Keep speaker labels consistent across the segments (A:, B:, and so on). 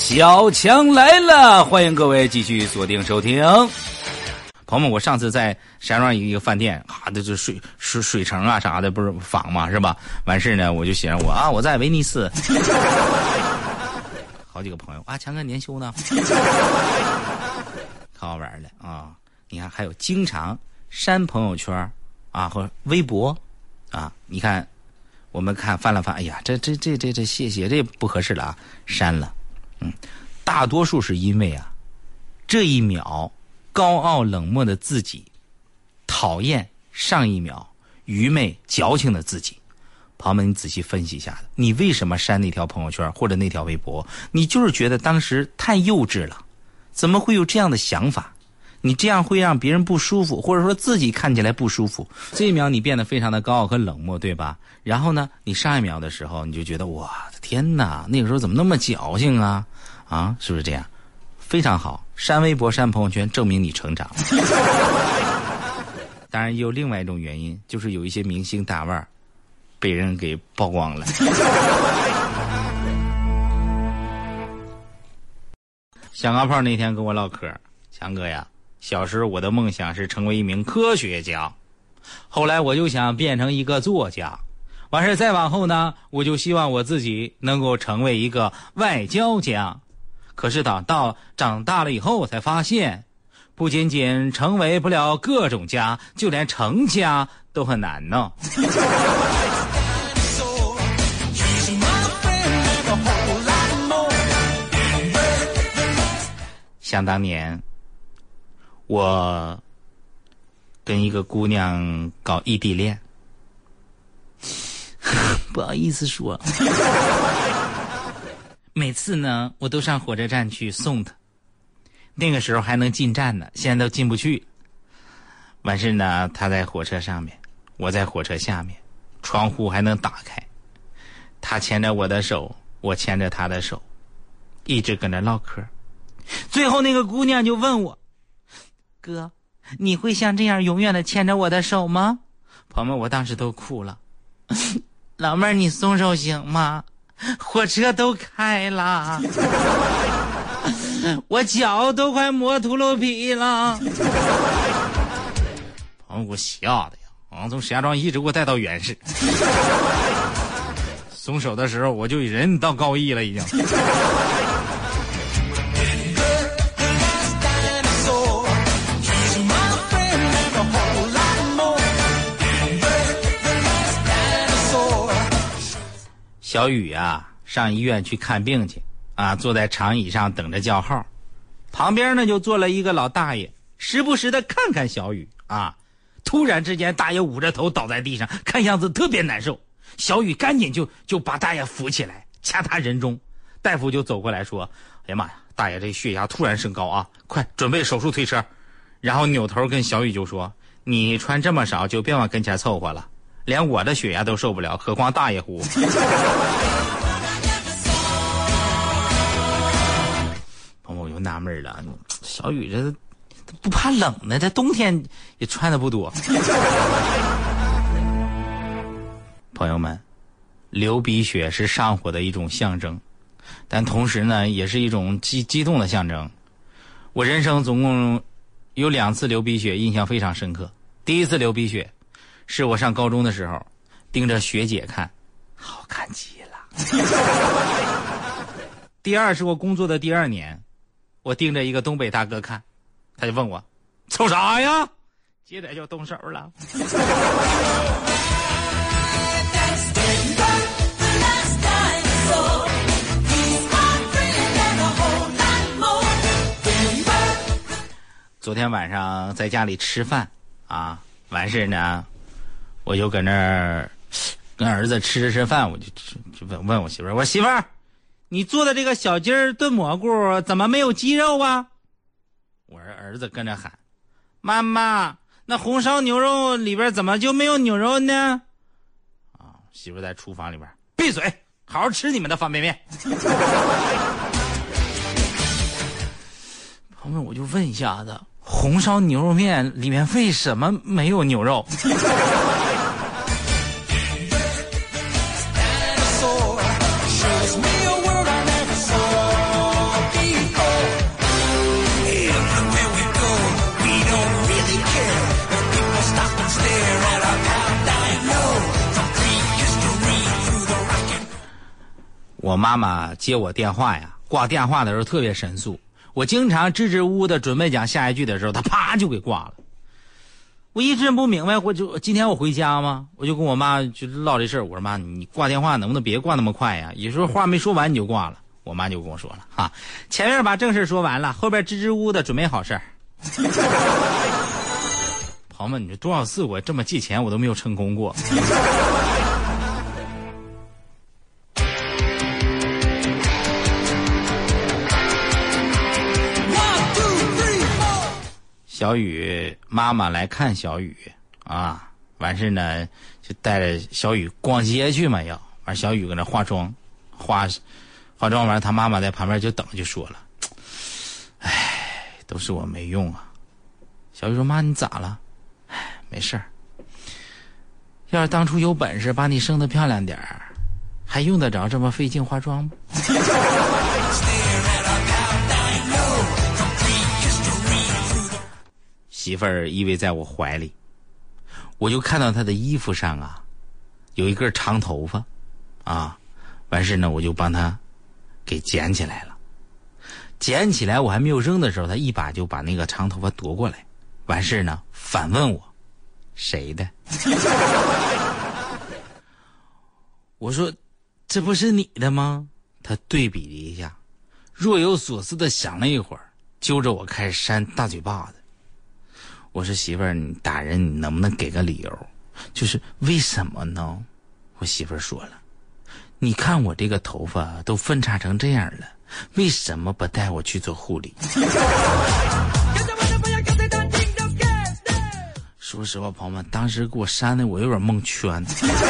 A: 小强来了，欢迎各位继续锁定收听。朋友们，我上次在石家庄一个饭店这就水城啊啥的不是访嘛是吧？完事呢我就写上我在威尼斯。好几个朋友强哥年休呢，好好玩的啊！你看还有经常删朋友圈和微博你看我们翻了翻，哎呀这谢这不合适了删了。大多数是因为这一秒高傲冷漠的自己讨厌上一秒愚昧矫情的自己。朋友们，你仔细分析一下，你为什么删那条朋友圈或者那条微博？你就是觉得当时太幼稚了，怎么会有这样的想法？你这样会让别人不舒服，或者说自己看起来不舒服。这一秒你变得非常的高傲和冷漠，对吧？然后呢，你上一秒的时候你就觉得我的天哪，那个时候怎么那么矫情是不是这样？非常好，删微博删朋友圈证明你成长。当然也有另外一种原因，就是有一些明星大腕被人给曝光了。小钢炮那天跟我唠嗑，强哥呀，小时候我的梦想是成为一名科学家，后来我就想变成一个作家，完事再往后呢，我就希望我自己能够成为一个外交家。可是长大了以后，我才发现，不仅仅成为不了各种家，就连成家都很难呢。想当年，我跟一个姑娘搞异地恋，不好意思说。每次呢，我都上火车站去送她。那个时候还能进站呢，现在都进不去。完事呢，她在火车上面，我在火车下面，窗户还能打开。她牵着我的手，我牵着她的手，一直跟着唠嗑。最后那个姑娘就问我：哥，你会像这样永远的牵着我的手吗？朋友们，我当时都哭了。老妹儿，你松手行吗？火车都开了，我脚都快磨秃噜皮了。朋友，给我吓的呀！从石家庄一直给我带到原市。松手的时候我就人到高一了已经。小雨上医院去看病去坐在长椅上等着叫号，旁边呢就坐了一个老大爷，时不时的看看小雨突然之间大爷捂着头倒在地上，看样子特别难受。小雨赶紧就把大爷扶起来，掐他人中。大夫就走过来说：哎呀妈呀，大爷这血压突然升高快准备手术推车。然后扭头跟小雨就说：你穿这么少就别往跟前凑合了，连我的血压都受不了，何况大爷乎。我就纳闷了，小雨这不怕冷呢，这冬天也穿的不多。朋友们，流鼻血是上火的一种象征，但同时呢也是一种激动的象征。我人生总共有2次流鼻血印象非常深刻。第一次流鼻血是我上高中的时候，盯着学姐看，好看极了。第二是我工作的第2年，我盯着一个东北大哥看，他就问我瞅啥呀，接着就动手了。昨天晚上在家里吃饭完事呢，我就搁那儿跟儿子吃饭，我就问我媳妇儿，我说媳妇儿，你做的这个小鸡儿炖蘑菇怎么没有鸡肉啊？我儿子跟着喊，妈妈，那红烧牛肉里边怎么就没有牛肉呢？媳妇在厨房里边，闭嘴，好好吃你们的方便面。朋友们，我就问一下子，红烧牛肉面里面为什么没有牛肉？ 我妈妈接我电话呀，挂电话的时候特别神速，我经常支支吾吾的准备讲下一句的时候，她啪就给挂了。我一直不明白，今天我回家吗？我就跟我妈就唠这事儿，我说妈，你挂电话能不能别挂那么快呀？有时候话没说完你就挂了。我妈就跟我说了哈，前面把正事说完了，后边支支吾吾的准备好事儿。朋友们，你说多少次我这么借钱我都没有成功过。小雨妈妈来看小雨啊，完事呢就带着小雨逛街去嘛，要完小雨搁那化妆，化妆完，他妈妈在旁边就等，就说了：“哎，都是我没用啊。”小雨说：“妈，你咋了？”“哎，没事儿。要是当初有本事把你生得漂亮点儿，还用得着这么费劲化妆吗？”媳妇儿依偎在我怀里，我就看到她的衣服上啊，有一根长头发，啊，完事呢，我就帮她给捡起来了。捡起来我还没有扔的时候，她一把就把那个长头发夺过来，完事呢，反问我谁的？我说这不是你的吗？她对比了一下，若有所思的想了一会儿，揪着我开始扇大嘴巴子。我说媳妇儿，你打人你能不能给个理由？就是为什么呢？我媳妇儿说了，你看我这个头发都分叉成这样了，为什么不带我去做护理？说实话，朋友们，当时给我扇的我有点蒙圈。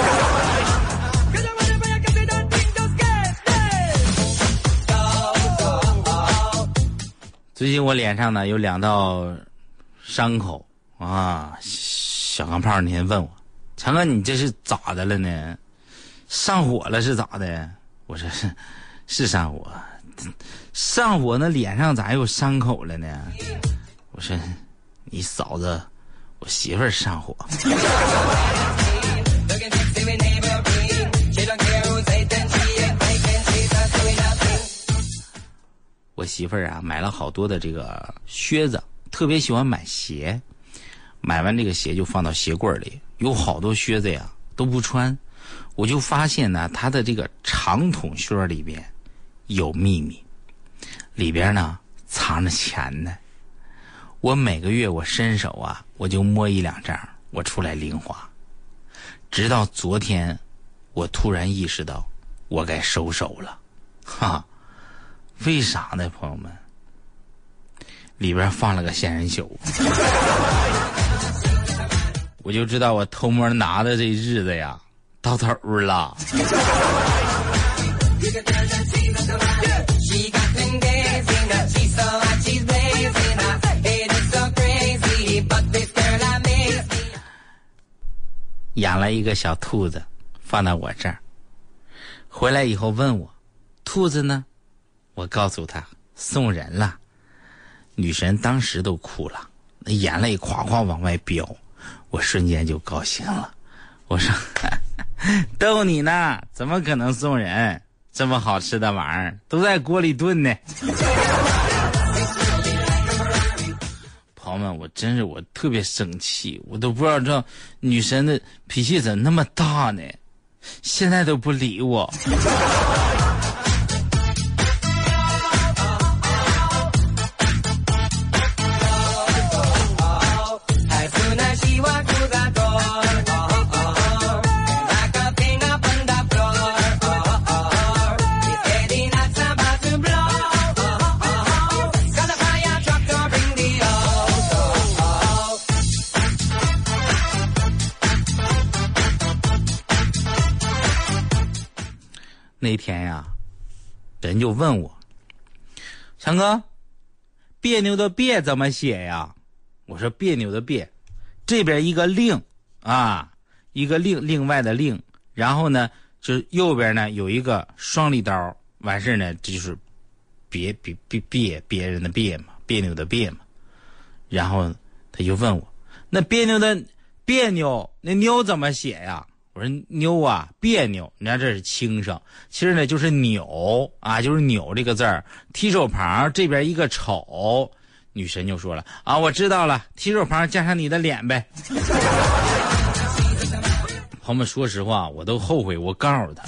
A: 最近我脸上呢有2道伤口啊，小钢炮那天问我，强哥你这是咋的了呢？上火了是咋的？我说是上火，上火那脸上咋有伤口了呢？我说你嫂子，我媳妇儿上火。我媳妇儿啊买了好多的这个靴子，特别喜欢买鞋，买完这个鞋就放到鞋柜里，有好多靴子呀都不穿。我就发现呢，她的这个长筒靴里边有秘密，里边呢藏着钱呢。我每个月我伸手啊，我就摸1-2张，我出来零花。直到昨天，我突然意识到我该收手了，哈。为啥呢，朋友们？里边放了个仙人球，我就知道我偷摸拿的这日子呀到头了。养了一个小兔子，放到我这儿，回来以后问我，兔子呢？我告诉他送人了，女神当时都哭了，那眼泪夸夸往外飙，我瞬间就高兴了。我说逗你呢，怎么可能送人？这么好吃的玩意儿都在锅里炖呢。朋友们，我特别生气，我都不知道这女神的脾气怎么那么大呢？现在都不理我。那天呀，人就问我，强哥，别扭的别怎么写呀？我说别扭的别，这边一个令啊，一个另外的令，然后呢，就是右边呢有一个双立刀，完事呢，这就是别人的别嘛，别扭的别嘛。然后他就问我，那别扭的别扭，那妞怎么写呀？我我说妞啊，别扭，你看这是轻声，其实呢就是扭啊，就是扭这个字儿，提手旁这边一个丑，女神就说了啊，我知道了，提手旁加上你的脸呗。朋友们，说实话，我都后悔我告诉他。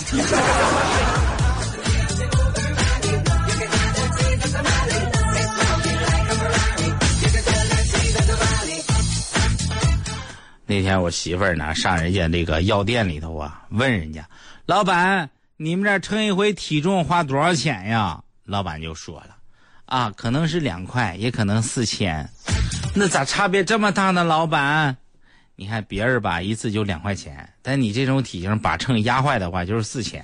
A: 那天我媳妇儿呢上人家那个药店里头啊，问人家老板，你们这称一回体重花多少钱呀？老板就说了啊，可能是2块，也可能4000。那咋差别这么大呢？老板，你看别人吧一次就2块钱，但你这种体型把秤压坏的话就是4000。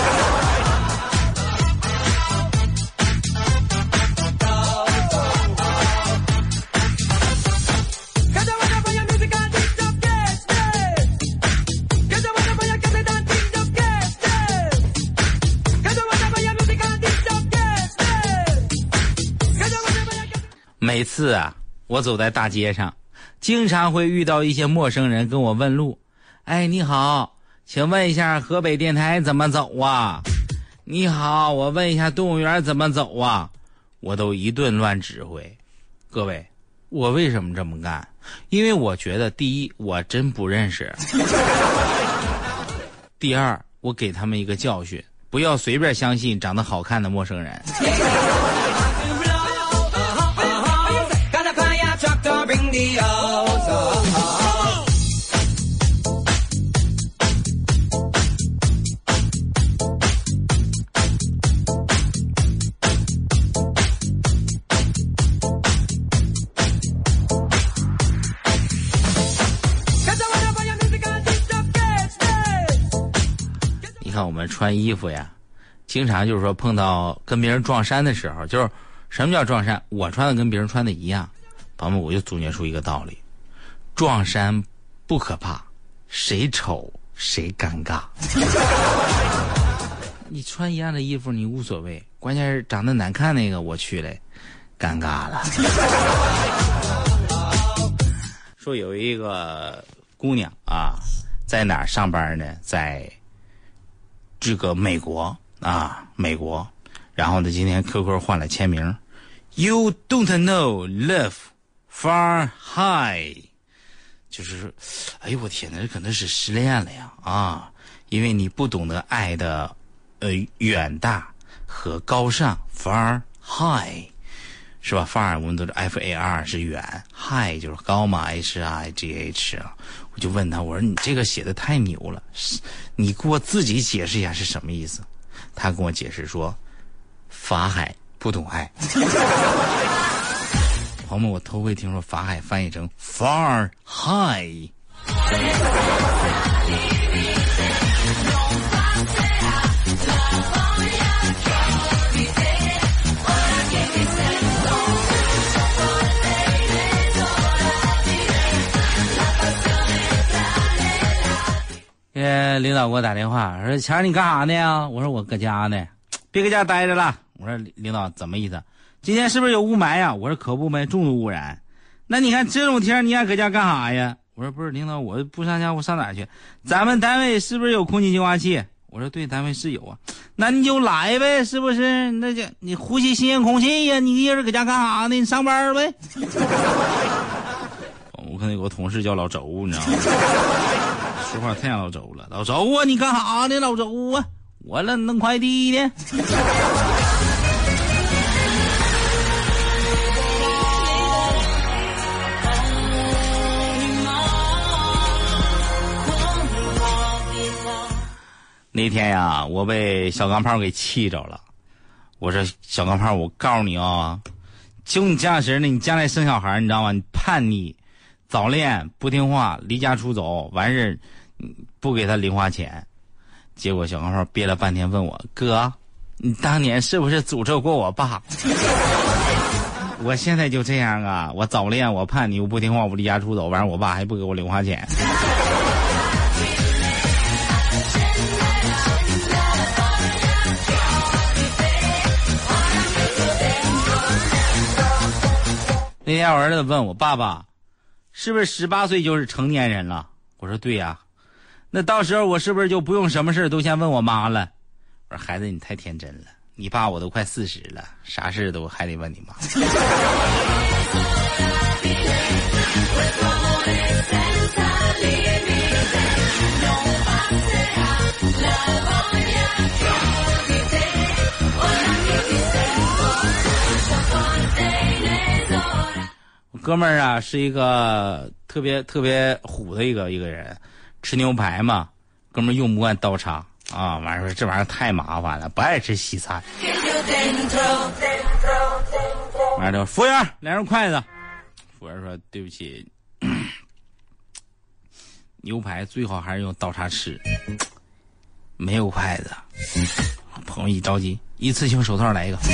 A: 每次啊，我走在大街上，经常会遇到一些陌生人跟我问路。哎，你好，请问一下河北电台怎么走啊？你好，我问一下动物园怎么走啊？我都一顿乱指挥。各位，我为什么这么干？因为我觉得，第一，我真不认识；第二，我给他们一个教训，不要随便相信长得好看的陌生人。你看我们穿衣服呀，经常就是说碰到跟别人撞衫的时候，就是什么叫撞衫？我穿的跟别人穿的一样，朋友们，我就总结出一个道理：撞衫不可怕，谁丑谁尴尬。你穿一样的衣服你无所谓，关键是长得难看那个我去嘞，尴尬了。说有一个姑娘啊，在哪儿上班呢？在这个美国啊，美国。然后呢，今天 QQ 换了签名 ，You don't know love far high， 就是哎呦我天哪，这可能是失恋了呀啊！因为你不懂得爱的远大和高尚 far high， 是吧 ？far 我们都是 FAR 是远 ，high 就是高嘛 HIGH 啊。我就问他，我说你这个写的太牛了，你给我自己解释一下是什么意思？他跟我解释说，法海不懂爱。朋友们，我头回听说法海翻译成 far high。领导给我打电话说：“强，你干啥呢呀？”我说：“我搁家呢。”别搁家待着了。我说：“领导怎么意思？今天是不是有雾霾呀？”我说：“可不呗，重度污染。”那你看这种天你还搁家干啥呀？我说：“不是领导，我不上家我上哪儿去？咱们单位是不是有空气净化器？”我说：“对，单位是有啊。”那你就来呗，是不是？那就你呼吸新鲜空气呀！你一人搁家干啥呢？你上班呗。我看有个同事叫老周，你知道吗？说话太像老周了。老周啊，你干啥呢？老周啊，我弄快递呢。那天呀，我被小钢炮给气着了。我说小钢炮，我告诉你啊，就你这样式的，你将来生小孩，你知道吗？你叛逆、早恋、不听话、离家出走，完事不给他零花钱。结果小钢炮憋了半天问我：“哥，你当年是不是诅咒过我爸？”我现在就这样啊，我早恋，我叛逆，我不听话，我离家出走，完事我爸还不给我零花钱。那天我儿子问我：“爸爸，是不是18岁就是成年人了？”我说：“对呀。” 那到时候我是不是就不用什么事都先问我妈了？我说孩子，你太天真了，你爸我都快40了，啥事都还得问你妈。我哥们儿啊，是一个特别虎的一个人，吃牛排嘛，哥们儿用不惯刀叉啊，完事这玩意儿太麻烦了，不爱吃西餐。完了，服务员来双筷子。服务员说对不起，牛排最好还是用刀叉吃，没有筷子。朋友一着急，一次性手套来一个。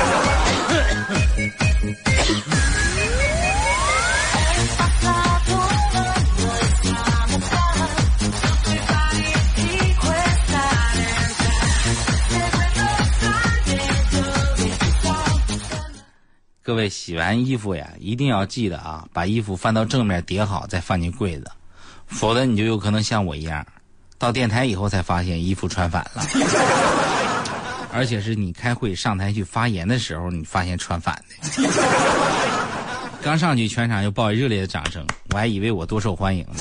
A: 各位洗完衣服呀，一定要记得啊，把衣服翻到正面叠好，再放进柜子，否则你就有可能像我一样，到电台以后才发现衣服穿反了，而且是你开会上台去发言的时候，你发现穿反的。刚上去，全场就报以热烈的掌声，我还以为我多受欢迎呢。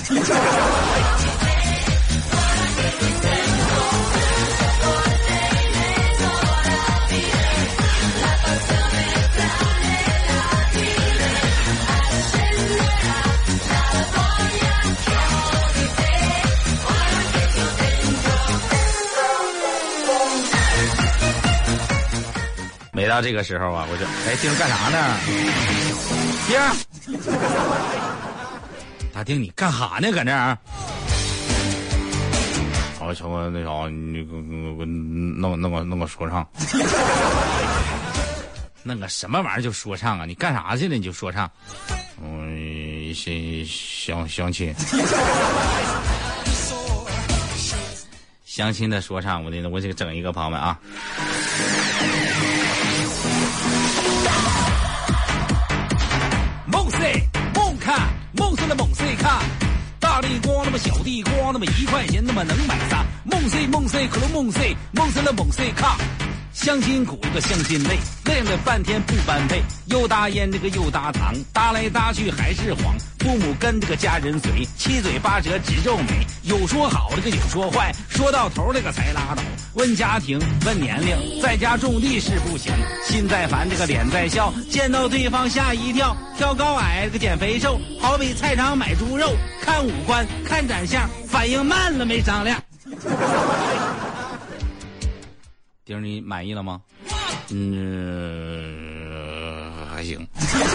A: 每到这个时候啊，我就丁干啥呢？丁，大丁你干啥呢？搁那儿？我瞅我那啥，你弄个说唱，弄个什么玩意儿就说唱啊？你干啥去了？你就说唱？相亲。相亲的说唱，我这个整一个朋友们啊。梦看梦碎了梦碎看，大地瓜那么小地瓜那么1块钱那么能买仨，梦碎可能梦碎了梦碎看。相亲苦个相亲累，累了半天不般配，又搭烟这个又搭糖，搭来搭去还是黄。父母跟这个家人随，七嘴八舌直皱眉，有说好这个有说坏，说到头这个才拉倒。问家庭问年龄，在家种地是不行，心在烦这个脸在笑，见到对方吓一跳，挑高矮这个减肥瘦，好比菜场买猪肉，看五官看长相，反应慢了没商量。丁儿，你满意了吗？还行。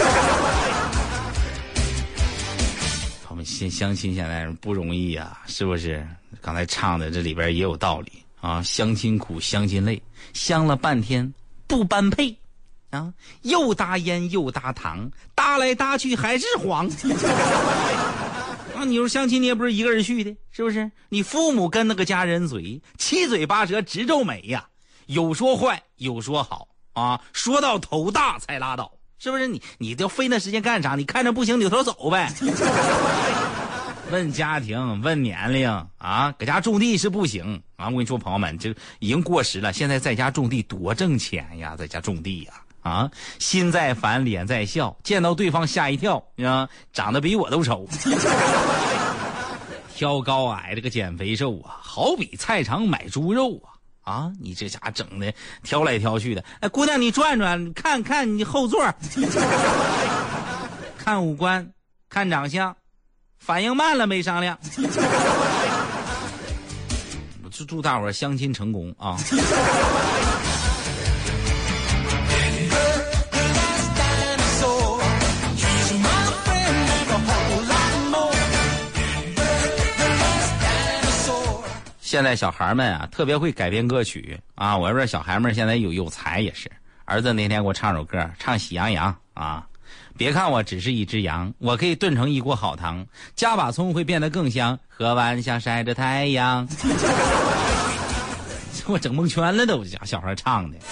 A: 他们相亲现在不容易啊，是不是？刚才唱的这里边也有道理啊，相亲苦，相亲累，相了半天不般配啊，又搭烟又搭糖，搭来搭去还是黄。啊，你说相亲你也不是一个人去的，是不是？你父母跟那个家人随，七嘴八舌直皱眉呀。有说坏有说好啊，说到头大才拉倒，是不是？你就费那时间干啥？你看着不行扭头走呗。问家庭问年龄啊，搁家种地是不行啊！我跟你说朋友们，这已经过时了，现在在家种地多挣钱呀，在家种地呀啊，心在烦脸在笑，见到对方吓一跳啊，长得比我都丑。挑高矮这个减肥瘦啊，好比菜场买猪肉啊。啊，你这家整的挑来挑去的，哎，姑娘你转转，看看你后座，看五官，看长相，反应慢了没商量。我就祝大伙儿相亲成功啊！现在小孩们啊，特别会改编歌曲啊！我说小孩们现在有才也是。儿子那天给我唱首歌，唱《喜羊羊》啊。别看我只是一只羊，我可以炖成一锅好汤，加把葱会变得更香，喝完像晒着太阳。我整蒙圈了都，小孩唱的。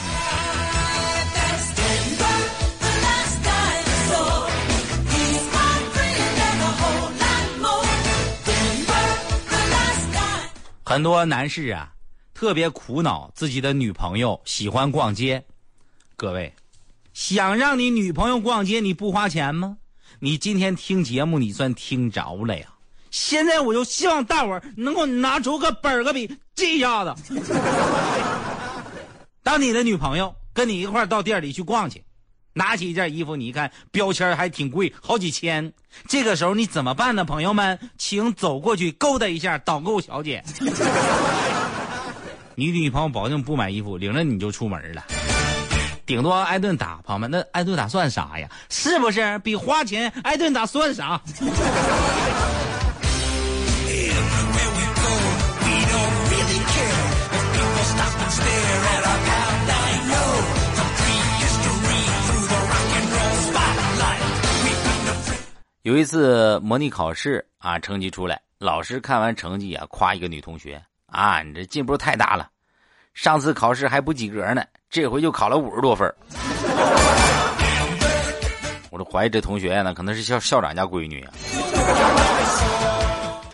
A: 很多男士啊，特别苦恼自己的女朋友喜欢逛街。各位，想让你女朋友逛街，你不花钱吗？你今天听节目，你算听着了呀。现在我就希望大伙儿能够拿出个本个笔记一下子。当你的女朋友跟你一块儿到店里去逛去，拿起一件衣服，你一看标签还挺贵，好几千。这个时候你怎么办呢？朋友们，请走过去勾搭一下导购小姐。你女朋友保证不买衣服，领着你就出门了，顶多挨顿打。朋友们，那挨顿打算啥呀？是不是比花钱挨顿打算啥？有一次模拟考试啊，成绩出来，老师看完成绩啊，夸一个女同学啊，你这进步太大了，上次考试还不及格呢，这回就考了50多分。我都怀疑这同学呢，可能是校长家闺女啊。